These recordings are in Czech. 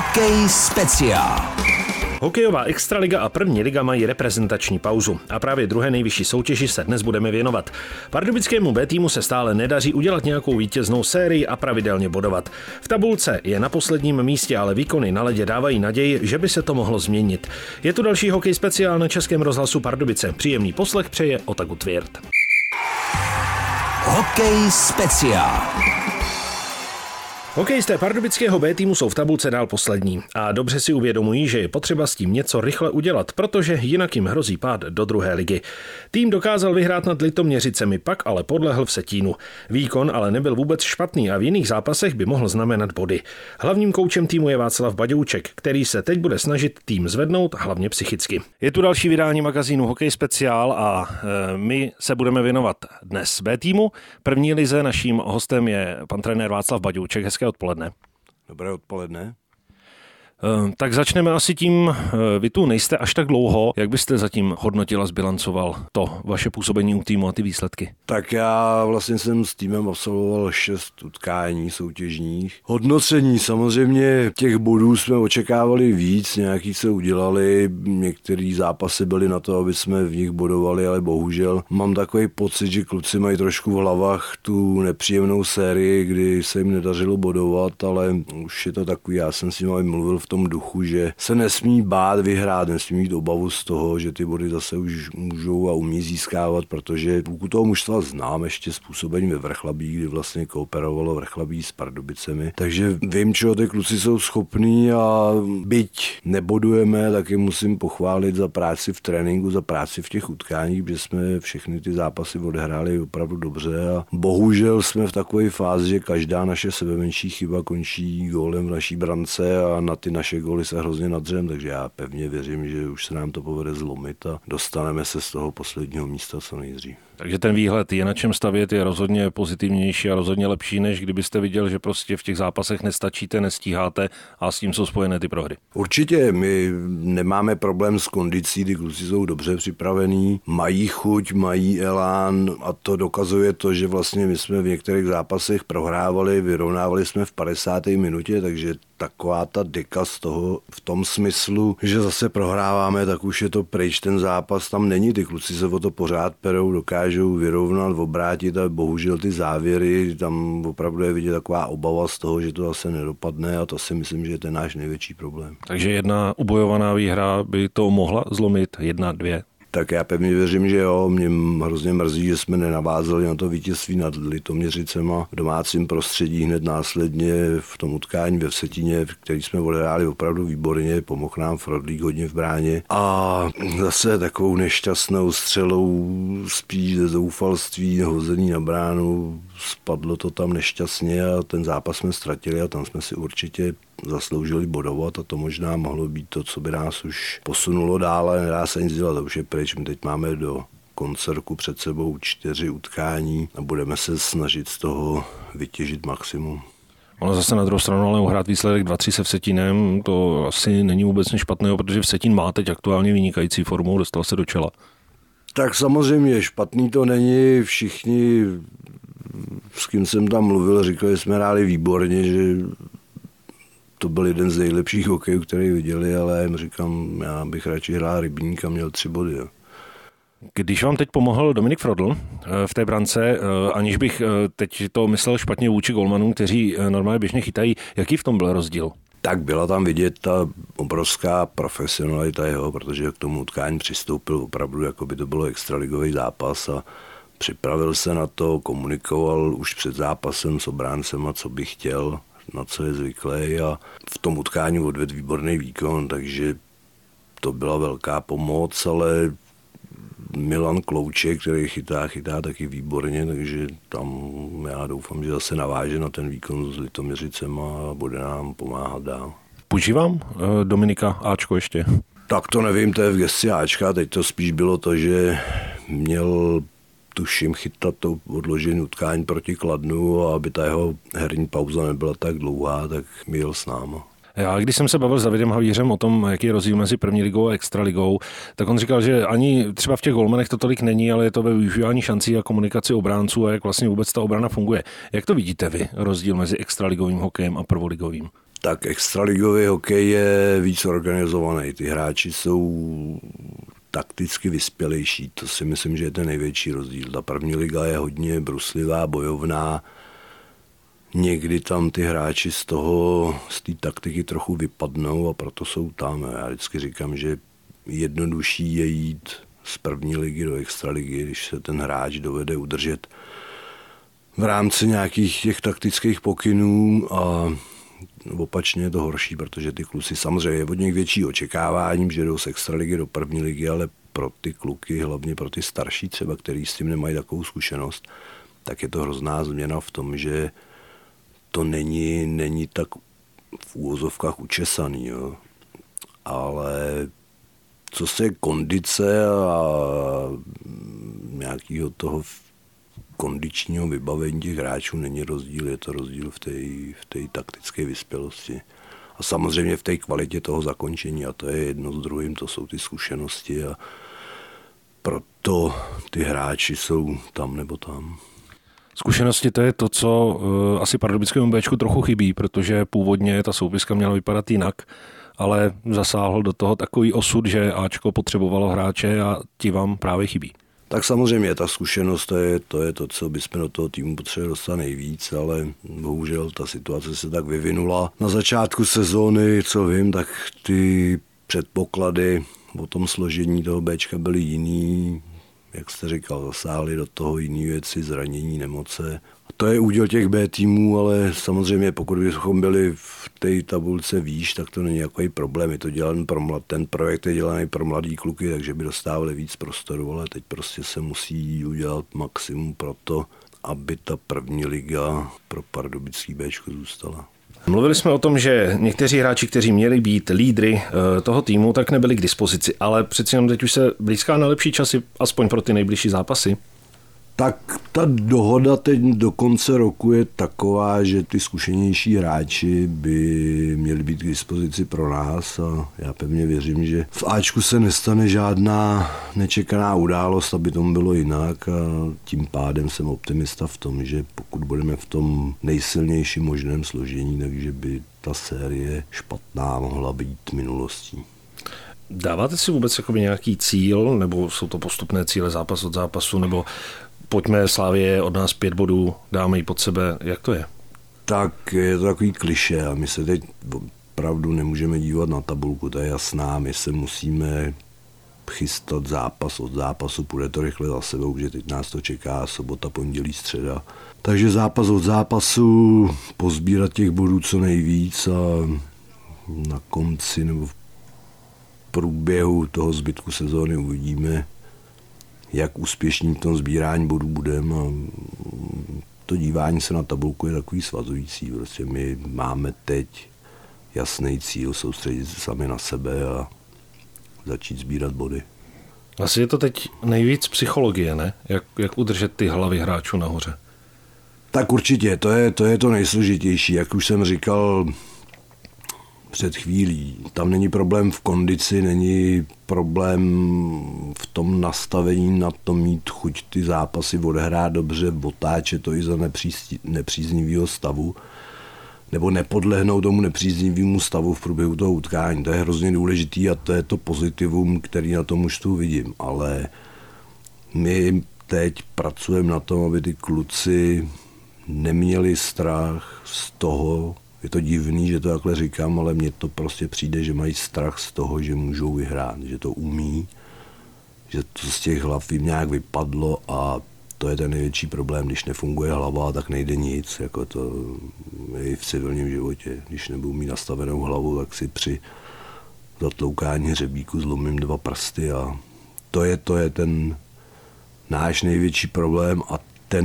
Hokej speciál. Hokejová extraliga a první liga mají reprezentační pauzu a právě druhé nejvyšší soutěži se dnes budeme věnovat. Pardubickému B týmu se stále nedaří udělat nějakou vítěznou sérii a pravidelně bodovat. V tabulce je na posledním místě, ale výkony na ledě dávají naději, že by se to mohlo změnit. Je tu další hokej speciál na Českém rozhlasu Pardubice. Příjemný poslech přeje Otaku Tvěrt. Hokej speciál. Hokejisté pardubického B týmu jsou v tabulce dál poslední a dobře si uvědomují, že je potřeba s tím něco rychle udělat, protože jinak jim hrozí pád do druhé ligy. Tým dokázal vyhrát nad Litoměřicemi, pak ale podlehl v Vsetínu. Výkon ale nebyl vůbec špatný a v jiných zápasech by mohl znamenat body. Hlavním koučem týmu je Václav Baďouček, který se teď bude snažit tým zvednout, hlavně psychicky. Je tu další vydání magazínu Hokej speciál a my se budeme věnovat dnes B týmu. První lize naším hostem je pan trenér Václav Baďouček. Hezké odpoledne. Dobré odpoledne. Tak začneme asi tím, vy tu nejste až tak dlouho, jak byste zatím hodnotil a zbilancoval to vaše působení u týmu a ty výsledky? Tak já vlastně jsem s týmem absolvoval 6 utkání soutěžních. Hodnocení samozřejmě těch bodů jsme očekávali víc, nějaký se udělali, některé zápasy byly na to, aby jsme v nich bodovali, ale bohužel mám takový pocit, že kluci mají trošku v hlavách tu nepříjemnou sérii, kdy se jim nedařilo bodovat, ale už je to takový, já jsem s nimi mluvil v tom duchu, že se nesmí bát vyhrát, nesmí mít obavu z toho, že ty body zase už můžou a umí získávat, protože pokud toho mužstva znám ještě způsobením ve Vrchlabí, kdy vlastně kooperovalo Vrchlabí s Pardubicemi, takže vím, čeho ty kluci jsou schopní a byť nebodujeme, tak je musím pochválit za práci v tréninku, za práci v těch utkáních, protože jsme všechny ty zápasy odehráli opravdu dobře a bohužel jsme v takové fázi, že každá naše sebemenší chyba končí gólem v naší brance a na ty naše góly se hrozně nadřem, takže já pevně věřím, že už se nám to povede zlomit a dostaneme se z toho posledního místa co nejdřív. Takže ten výhled je na čem stavět, je rozhodně pozitivnější a rozhodně lepší, než kdybyste viděl, že prostě v těch zápasech nestačíte, nestíháte a s tím jsou spojené ty prohry. Určitě, my nemáme problém s kondicí, ty kluci jsou dobře připravení, mají chuť, mají elán a to dokazuje to, že vlastně my jsme v některých zápasech prohrávali, vyrovnávali jsme v 50. minutě, takže taková ta deka z toho v tom smyslu, že zase prohráváme, tak už je to pryč, ten zápas tam není, ty kluci se o to pořád perou, dokážou vyrovnat, obrátit a bohužel ty závěry, tam opravdu je vidět taková obava z toho, že to zase nedopadne a to si myslím, že je ten náš největší problém. Takže jedna ubojovaná výhra by to mohla zlomit, 1, 2? Tak já pevně věřím, že jo, mě hrozně mrzí, že jsme nenavázali na to vítězství nad Litoměřicema v domácím prostředí hned následně v tom utkání ve Vsetíně, který jsme odehráli opravdu výborně, pomohl nám Frodlík hodně v bráně a zase takovou nešťastnou střelou spíš ze zoufalství, hození na bránu, spadlo to tam nešťastně a ten zápas jsme ztratili a tam jsme si určitě zasloužili bodovat a to možná mohlo být to, co by nás už posunulo dál, ale nedá se nic dělat, to už je pryč. My teď máme do konce roku před sebou 4 utkání a budeme se snažit z toho vytěžit maximum. Ono zase na druhou stranu, ale uhrát výsledek 2-3 se Vsetínem, to asi není vůbec nic špatného, protože Vsetín má teď aktuálně vynikající formu, dostal se do čela. Tak samozřejmě špatný to není, všichni, s kým jsem tam mluvil, říkali, že jsme hráli výborně, že to byl jeden z nejlepších hokejů, který viděli, ale já jim říkám, já bych radši hrál Rybník a měl 3 body. Jo. Když vám teď pomohl Dominik Frodl v té brance, aniž bych teď to myslel špatně vůči golmanům, kteří normálně běžně chytají, jaký v tom byl rozdíl? Tak byla tam vidět ta obrovská profesionalita jeho, protože k tomu utkání přistoupil opravdu, jako by to bylo extraligový zápas a připravil se na to, komunikoval už před zápasem s obráncem a co by chtěl, na co je zvyklý a v tom utkání odvedl výborný výkon, takže to byla velká pomoc, ale Milan Klouček, který chytá taky výborně, takže tam já doufám, že zase naváže na ten výkon s Litoměřicem a bude nám pomáhat dál. Půjčí vám Dominika Ačko ještě? Tak to nevím, to je v gesci Ačka, teď to spíš bylo to, že měl tuším chytat to odložené utkání proti Kladnu a aby ta jeho herní pauza nebyla tak dlouhá, tak jel s náma. Já když jsem se bavil s Davidem Havířem o tom, jaký je rozdíl mezi první ligou a extraligou, tak on říkal, že ani třeba v těch golmanech to tolik není, ale je to ve využívání šancí a komunikaci obránců a jak vlastně vůbec ta obrana funguje. Jak to vidíte vy, rozdíl mezi extraligovým hokejem a prvoligovým? Tak extraligový hokej je víc organizovaný. Ty hráči jsou takticky vyspělejší. To si myslím, že je ten největší rozdíl. Ta první liga je hodně bruslivá, bojovná. Někdy tam ty hráči z té taktiky trochu vypadnou a proto jsou tam. Já vždycky říkám, že jednodušší je jít z první ligy do extraligy, když se ten hráč dovede udržet v rámci nějakých těch taktických pokynů, a opačně je to horší, protože ty kluci samozřejmě je od nich větší očekávání, že jdou z extraligy do první ligy, ale pro ty kluky, hlavně pro ty starší třeba, který s tím nemají takovou zkušenost, tak je to hrozná změna v tom, že to není tak v úvozovkách učesaný, jo. Ale co se kondice a nějakého toho kondičního vybavení těch hráčů není rozdíl, je to rozdíl v té taktické vyspělosti. A samozřejmě v té kvalitě toho zakončení, a to je jedno s druhým, to jsou ty zkušenosti a proto ty hráči jsou tam nebo tam. Zkušenosti, to je to, co asi pardubickému Bčku trochu chybí, protože původně ta soupiska měla vypadat jinak, ale zasáhl do toho takový osud, že Ačko potřebovalo hráče a ti vám právě chybí. Tak samozřejmě ta zkušenost, to je to, co bychom do toho týmu potřebovali dostat nejvíc, ale bohužel ta situace se tak vyvinula. Na začátku sezóny, co vím, tak ty předpoklady o tom složení toho Bčka byly jiný, jak jste říkal, zasáhli do toho jiné věci, zranění, nemoce. A to je úděl těch B týmů, ale samozřejmě pokud bychom byli v té tabulce výš, tak to není nějaký problém. Je to dělaný ten projekt je dělaný pro mladý kluky, takže by dostávali víc prostoru, ale teď prostě se musí udělat maximum pro to, aby ta první liga pro pardubický Bčko zůstala. Mluvili jsme o tom, že někteří hráči, kteří měli být lídry toho týmu, tak nebyli k dispozici, ale přeci jenom teď už se blízká na lepší časy, aspoň pro ty nejbližší zápasy. Tak ta dohoda teď do konce roku je taková, že ty zkušenější hráči by měli být k dispozici pro nás a já pevně věřím, že v Ačku se nestane žádná nečekaná událost, aby tomu bylo jinak, a tím pádem jsem optimista v tom, že pokud budeme v tom nejsilnějším možném složení, takže by ta série špatná mohla být minulostí. Dáváte si vůbec nějaký cíl, nebo jsou to postupné cíle zápas od zápasu, nebo pojďme, Slavie od nás 5 bodů, dáme ji pod sebe, jak to je? Tak je to takový klišé a my se teď opravdu nemůžeme dívat na tabulku, to je jasná, my se musíme chystat zápas od zápasu, půjde to rychle za sebou, že teď nás to čeká sobota, pondělí, středa. Takže zápas od zápasu, pozbírat těch bodů co nejvíc a na konci nebo v průběhu toho zbytku sezóny uvidíme, jak úspěšní v tom sbírání bodů budeme. To dívání se na tabulku je takový svazující. Prostě my máme teď jasný cíl, soustředit se sami na sebe a začít sbírat body. Asi je to teď nejvíc psychologie, ne? Jak udržet ty hlavy hráčů nahoře? Tak určitě, to je to nejsložitější. Jak už jsem říkal před chvílí, tam není problém v kondici, není problém v tom nastavení, na to mít chuť ty zápasy odehrát dobře, otáčet to i za nepříznivého stavu, nebo nepodlehnout tomu nepříznivému stavu v průběhu toho utkání. To je hrozně důležitý a to je to pozitivum, který na tom mužstvu vidím, ale my teď pracujeme na tom, aby ty kluci neměli strach z toho. Je to divný, že to takhle říkám, ale mně to prostě přijde, že mají strach z toho, že můžou vyhrát, že to umí, že to z těch hlav jim nějak vypadlo a to je ten největší problém. Když nefunguje hlava, tak nejde nic, jako to je i v civilním životě. Když nebudou mít nastavenou hlavu, tak si při zatloukání hřebíku zlomím 2 prsty a to je ten náš největší problém a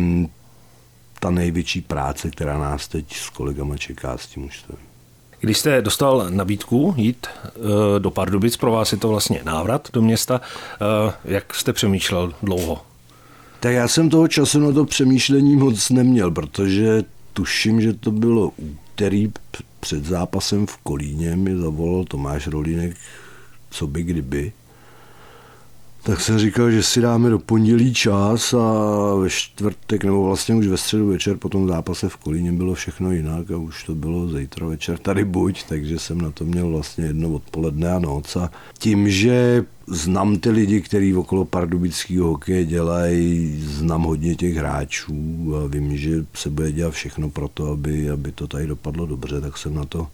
ta největší práce, která nás teď s kolegama čeká s tím mužstvem. Když jste dostal nabídku jít do Pardubic, pro vás je to vlastně návrat do města, jak jste přemýšlel dlouho? Tak já jsem toho času na to přemýšlení moc neměl, protože tuším, že to bylo úterý před zápasem v Kolíně, mi zavolal Tomáš Rolínek, co by kdyby. Tak jsem říkal, že si dáme do pondělí čas a ve čtvrtek, nebo vlastně už ve středu večer po tom zápase v Kolíně bylo všechno jinak a už to bylo zítra večer tady buď, takže jsem na to měl vlastně jedno odpoledne a noc. A tím, že znám ty lidi, kteří okolo pardubického hokeje dělají, znám hodně těch hráčů a vím, že se bude dělat všechno pro to, aby to tady dopadlo dobře, tak jsem na to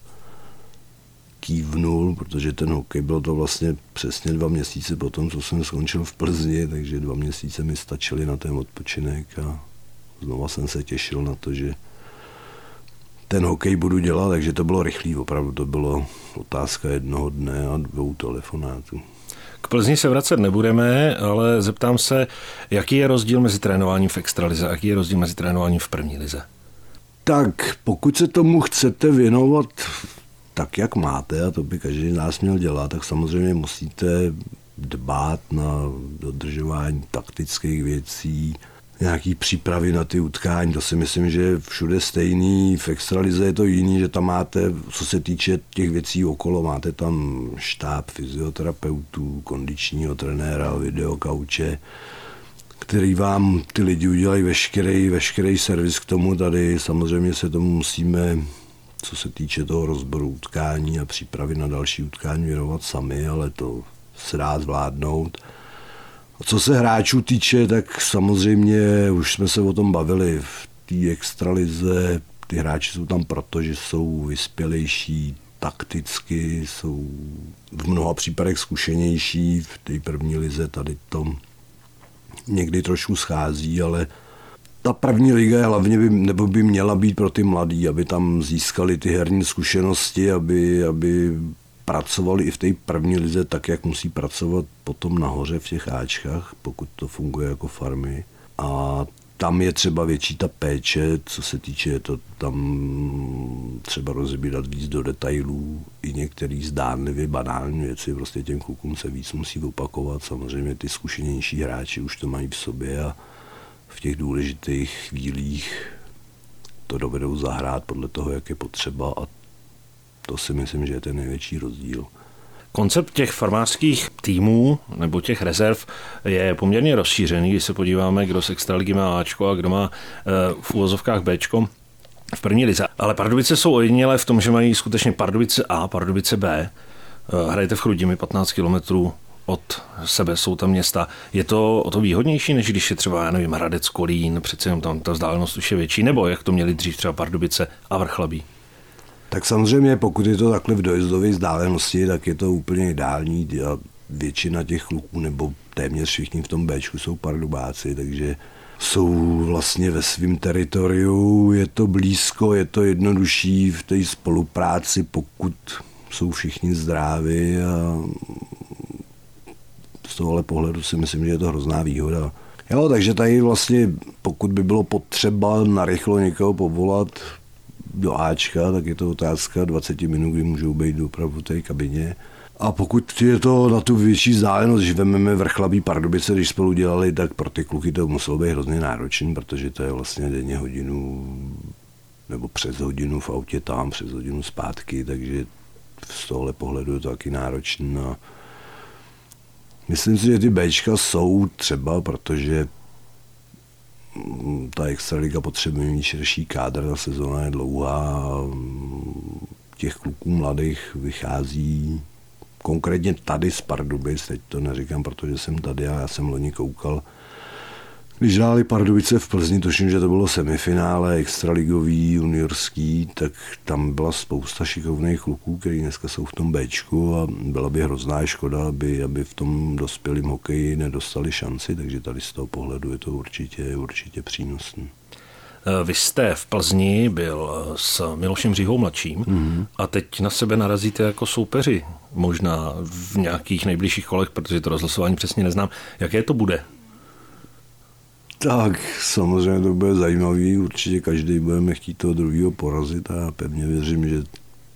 kývnul, protože ten hokej byl to vlastně přesně 2 měsíce po tom, co jsem skončil v Plzni, takže 2 měsíce mi stačily na ten odpočinek a znova jsem se těšil na to, že ten hokej budu dělat, takže to bylo rychlý, opravdu to bylo otázka jednoho dne a 2 telefonátů. K Plzni se vracet nebudeme, ale zeptám se, jaký je rozdíl mezi trénováním v extralize a jaký je rozdíl mezi trénováním v první lize? Tak, pokud se tomu chcete věnovat tak, jak máte, a to by každý z nás měl dělat, tak samozřejmě musíte dbát na dodržování taktických věcí, nějaký přípravy na ty utkání. To si myslím, že je všude stejný. V extralize je to jiný, že tam máte, co se týče těch věcí okolo, máte tam štáb fyzioterapeutů, kondičního trenéra, videokauče, který vám ty lidi udělají veškerý servis k tomu. Tady samozřejmě se tomu musíme, co se týče toho rozboru utkání a přípravy na další utkání, věnovat sami, ale to se dá zvládnout. A co se hráčů týče, tak samozřejmě už jsme se o tom bavili. V té extralize ty hráči jsou tam proto, že jsou vyspělejší takticky, jsou v mnoha případech zkušenější. V té první lize tady to někdy trošku schází, ale ta první liga je hlavně by měla být pro ty mladí, aby tam získali ty herní zkušenosti, aby pracovali i v té první lize tak, jak musí pracovat potom nahoře v těch áčkách, pokud to funguje jako farmy. A tam je třeba větší ta péče, co se týče to tam třeba rozebírat víc do detailů, i některý zdánlivě banální věci, prostě těm klukům se víc musí opakovat. Samozřejmě ty zkušenější hráči už to mají v sobě a v těch důležitých chvílích to dovedou zahrát podle toho, jak je potřeba, a to si myslím, že je ten největší rozdíl. Koncept těch farmářských týmů nebo těch rezerv je poměrně rozšířený, když se podíváme, kdo z extraligy má Ačko a kdo má v úvozovkách Bčko v první lize. Ale Pardubice jsou ojedinělé v tom, že mají skutečně Pardubice A, Pardubice B. Hrajete v Chrudimi 15 kilometrů od sebe, jsou tam města. Je to o to výhodnější, než když je třeba, já nevím, Hradec, Kolín, přece jenom tam ta vzdálenost už je větší, nebo jak to měli dřív třeba Pardubice a Vrchlabí? Tak samozřejmě, pokud je to takhle v dojezdové vzdálenosti, tak je to úplně ideální a většina těch kluků, nebo téměř všichni v tom Bčku jsou Pardubáci, takže jsou vlastně ve svém teritoriu, je to blízko, je to jednodušší v té spolupráci, pokud jsou všichni zdraví, a z tohohle pohledu si myslím, že je to hrozná výhoda. Jo, takže tady vlastně, pokud by bylo potřeba narychlo někoho povolat do Ačka, tak je to otázka 20 minut, kdy můžou být opravdu v té kabině. A pokud je to na tu větší vzdálenost, že vezmeme Vrchlabí Pardubice, když spolu dělali, tak pro ty kluky to muselo být hrozně náročný, protože to je vlastně denně hodinu nebo přes hodinu v autě tam, přes hodinu zpátky, takže z tohohle pohledu je to taky náročný. A myslím si, že ty Bčka jsou třeba, protože ta extraliga potřebuje mít širší kádr, ta sezóna je dlouhá, těch kluků mladých vychází, konkrétně tady z Pardubic, teď to neříkám, protože jsem tady a já jsem loni koukal, když hráli Pardubice v Plzni, tuším, že to bylo semifinále extraligový, juniorský, tak tam byla spousta šikovných kluků, kteří dneska jsou v tom Bčku, a byla by hrozná škoda, aby v tom dospělém hokeji nedostali šanci, takže tady z toho pohledu je to určitě přínosné. Vy jste v Plzni byl s Milošem Říhou mladším a teď na sebe narazíte jako soupeři, možná v nějakých nejbližších kolech, protože to rozhlasování přesně neznám. Jaké to bude? Tak samozřejmě to bude zajímavý, určitě každý budeme chtít toho druhého porazit a pevně věřím, že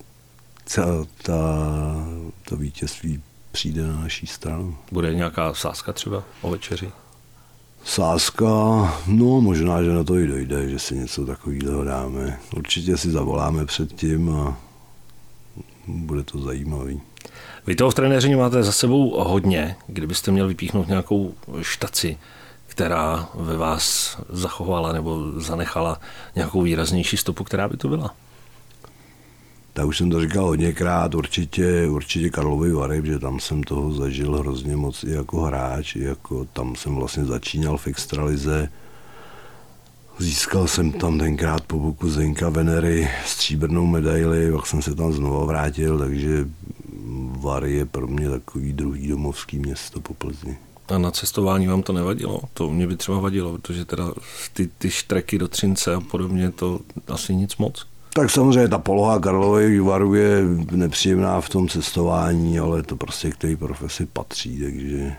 to vítězství přijde na naší stranu. Bude nějaká sázka třeba o večeři? Sázka, no možná, že na to i dojde, že si něco takového dáme. Určitě si zavoláme předtím a bude to zajímavý. Vy toho v trenéřině máte za sebou hodně. Kdybyste měl vypíchnout nějakou štaci, která ve vás zachovala nebo zanechala nějakou výraznější stopu, která by to byla? Tak už jsem to říkal hodněkrát, určitě Karlovy Vary, že tam jsem toho zažil hrozně moc i jako hráč, i jako tam jsem vlastně začínal v extralize. Získal jsem tam tenkrát po boku Zdeňka Venery stříbrnou medaili, pak jsem se tam znova vrátil, takže Vary je pro mě takový druhý domovský město po Plzni. A na cestování vám to nevadilo? To mě by třeba vadilo, protože teda ty štreky do Třince a podobně, to asi nic moc. Tak samozřejmě ta poloha Karlových Varů je nepříjemná v tom cestování, ale to prostě k té profesi patří, takže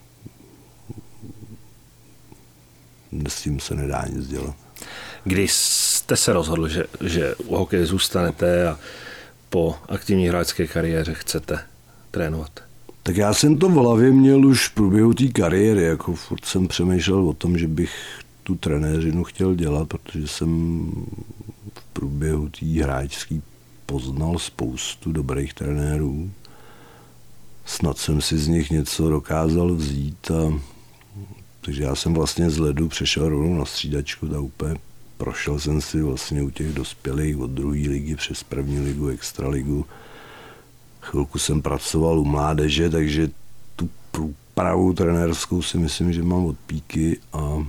s tím se nedá nic dělat. Když jste se rozhodl, že u hokeje zůstanete a po aktivní hráčské kariéře chcete trénovat? Tak já jsem to v hlavě měl už v průběhu té kariéry, jako furt jsem přemýšlel o tom, že bych tu trenéřinu chtěl dělat, protože jsem v průběhu té hráčské poznal spoustu dobrých trenérů. Snad jsem si z nich něco dokázal vzít, takže já jsem vlastně z ledu přešel rovnou na střídačku a úplně prošel jsem si vlastně u těch dospělých od druhé ligy přes první ligu, extraligu. Chvilku jsem pracoval u mládeže, takže tu průpravu trenérskou si myslím, že mám od píky a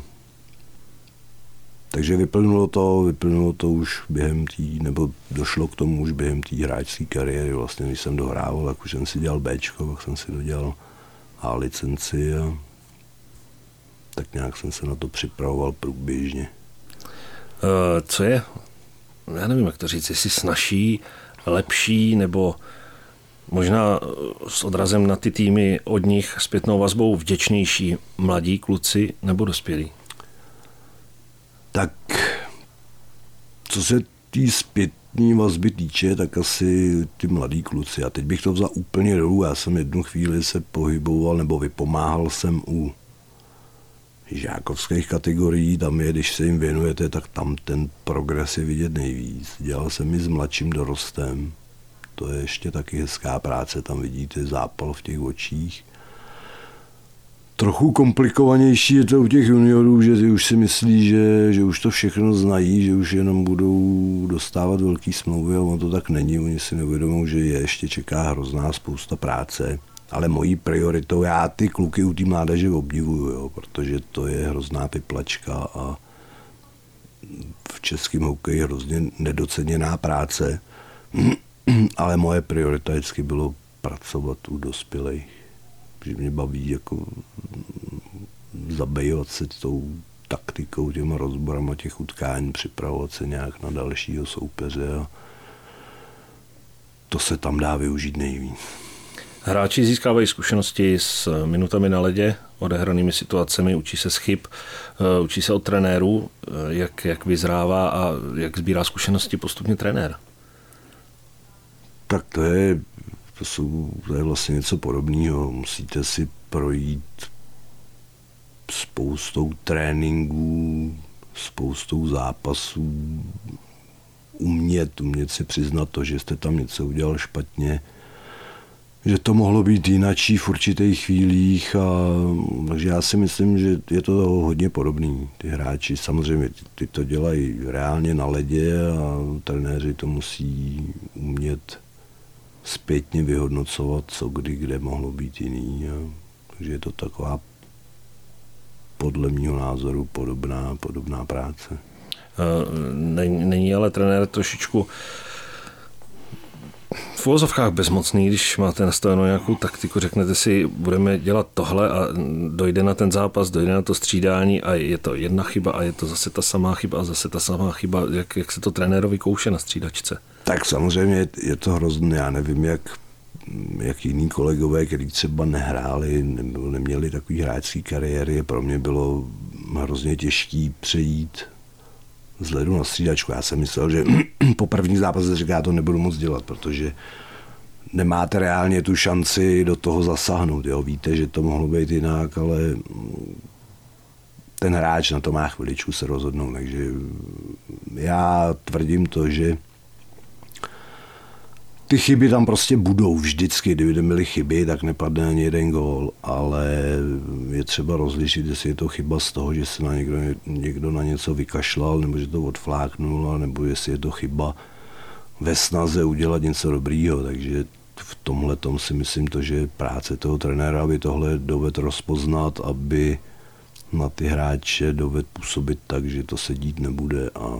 takže vyplnulo to už během nebo došlo k tomu už během té hráčské kariéry. Vlastně, když jsem dohrával, tak už jsem si dělal Bčko, pak jsem si dodělal A licenci a tak nějak jsem se na to připravoval průběžně. Co je, já nevím, jak to říct, jestli snazší, lepší, nebo možná s odrazem na ty týmy od nich zpětnou vazbou vděčnější mladí kluci nebo dospělí? Tak co se té zpětné vazby týče, tak asi ty mladí kluci. A teď bych to vzal úplně dolů. Já jsem jednu chvíli se pohyboval nebo vypomáhal jsem u žákovských kategorií. Tam je, když se jim věnujete, tak tam ten progres je vidět nejvíc. Dělal jsem i s mladším dorostem. To je ještě taky hezká práce. Tam vidíte zápal v těch očích. Trochu komplikovanější je to u těch juniorů, že už si myslí, že už to všechno znají, že už jenom budou dostávat velký smlouvy a ono to tak není. Oni si neuvědomují, že ještě čeká hrozná spousta práce. Ale mojí prioritou, já ty kluky u té mládeže obdivuju, jo, protože to je hrozná pyplačka a v českém hokeji hrozně nedoceněná práce. Ale moje priorita vždycky bylo pracovat u dospělých. Že mě baví jako zabývat se tou taktikou, těma rozborama těch utkání, připravovat se nějak na dalšího soupeře a to se tam dá využít nejvíc. Hráči získávají zkušenosti s minutami na ledě, odehranými situacemi, učí se z chyb, učí se od trenérů, jak vyzrává a jak sbírá zkušenosti postupně trenér. Tak to je vlastně něco podobného. Musíte si projít spoustou tréninků, spoustou zápasů, umět si přiznat to, že jste tam něco udělal špatně, že to mohlo být jinačí v určitých chvílích. Takže já si myslím, že je to hodně podobný. Ty hráči samozřejmě ty to dělají reálně na ledě a trenéři to musí umět zpětně vyhodnocovat, co kdy, kde mohlo být jiný. Takže je to taková podle mýho názoru podobná práce. Není ale trenér trošičku v uvozovkách bezmocný, když máte nastavenou nějakou taktiku, řeknete si, budeme dělat tohle a dojde na ten zápas, dojde na to střídání a je to jedna chyba a je to zase ta samá chyba a zase ta samá chyba. Jak se to trenérovi kouše na střídačce? Tak samozřejmě je to hrozné. Já nevím, jak jiní kolegové, kteří třeba nehráli nebo neměli takový hráčský kariéry, pro mě bylo hrozně těžký přejít z ledu na střídačku. Já jsem myslel, že po první zápase říká, já to nebudu moc dělat, protože nemáte reálně tu šanci do toho zasáhnout. Jo? Víte, že to mohlo být jinak, ale ten hráč na to má chviličku se rozhodnout. Takže já tvrdím to, že Ty chyby tam prostě budou vždycky, kdyby byly chyby, tak nepadne ani jeden gól, ale je třeba rozlišit, jestli je to chyba z toho, že se na někdo na něco vykašlal, nebo že to odfláknul, nebo jestli je to chyba ve snaze udělat něco dobrýho, takže v tomhletom si myslím to, že práce toho trenéra, aby tohle dovedl rozpoznat, aby na ty hráče dovedl působit tak, že to se dít nebude a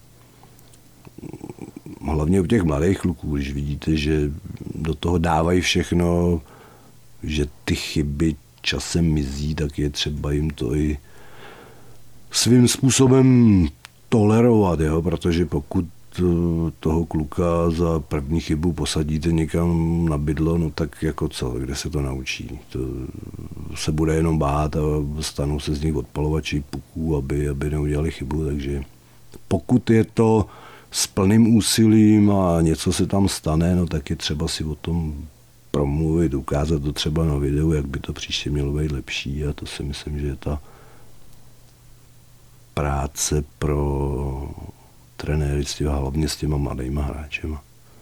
hlavně u těch mladých kluků, když vidíte, že do toho dávají všechno, že ty chyby časem mizí, tak je třeba jim to i svým způsobem tolerovat, jo? Protože pokud toho kluka za první chybu posadíte někam na bydlo, no tak jako co, kde se to naučí? To se bude jenom bát a stanou se z nich odpalovači puků, aby neudělali chybu, takže pokud je to s plným úsilím a něco se tam stane, no tak je třeba si o tom promluvit, ukázat to třeba na videu, jak by to příště mělo být lepší a to si myslím, že je ta práce pro trenéry, hlavně s těma mladýma hráčema.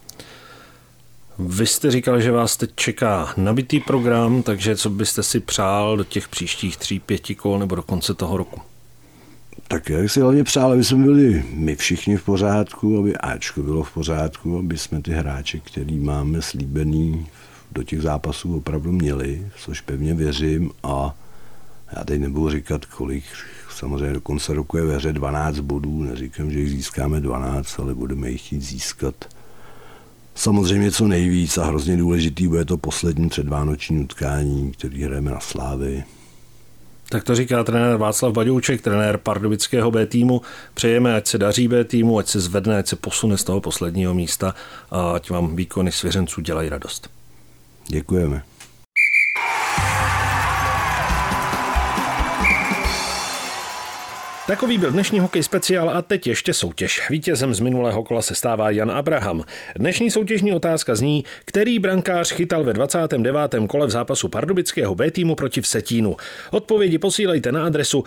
Vy jste říkal, že vás teď čeká nabitý program, takže co byste si přál do těch příštích 3-5 kol nebo do konce toho roku? Tak já bych si hlavně přál, aby jsme byli my všichni v pořádku, aby Ačko bylo v pořádku, aby jsme ty hráče, který máme slíbený, do těch zápasů opravdu měli, což pevně věřím a já teď nebudu říkat, kolik, samozřejmě do konce roku je ve hře 12 bodů, neříkám, že jich získáme 12, ale budeme jich chtít získat samozřejmě co nejvíc a hrozně důležitý bude to poslední předvánoční utkání, který hrajeme na Slávii. Tak to říká trenér Václav Baďouček, trenér pardubického B týmu. Přejeme, ať se daří B týmu, ať se zvedne, ať se posune z toho posledního místa a ať vám výkony svěřenců dělají radost. Děkujeme. Takový byl dnešní hokej speciál a teď ještě soutěž. Vítězem z minulého kola se stává Jan Abraham. Dnešní soutěžní otázka zní, který brankář chytal ve 29. kole v zápasu pardubického B týmu proti Vsetínu. Odpovědi posílejte na adresu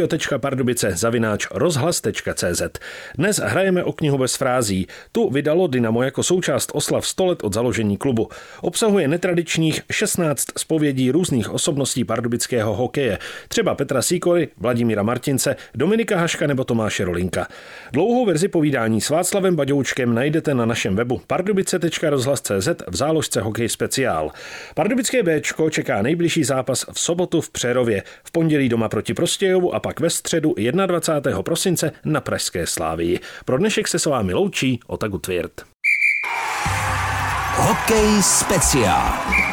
studio.pardubice@rozhlas.cz. Dnes hrajeme o knihu bez frází. Tu vydalo Dynamo jako součást oslav 100 let od založení klubu. Obsahuje netradičních 16 zpovědí různých osobností pardubického hokeje, třeba Petra Sýkory, Vladimíra Martince, Dominika Haška nebo Tomáše Rolinka. Dlouhou verzi povídání s Václavem Baďoučkem najdete na našem webu pardubice.rozhlas.cz v záložce Hokej speciál. Pardubické Bčko čeká nejbližší zápas v sobotu v Přerově, v pondělí doma proti Prostějovu a pak ve středu 21. prosince na pražské Slávii. Pro dnešek se s vámi loučí Ota Gutwirth. Hokej speciál.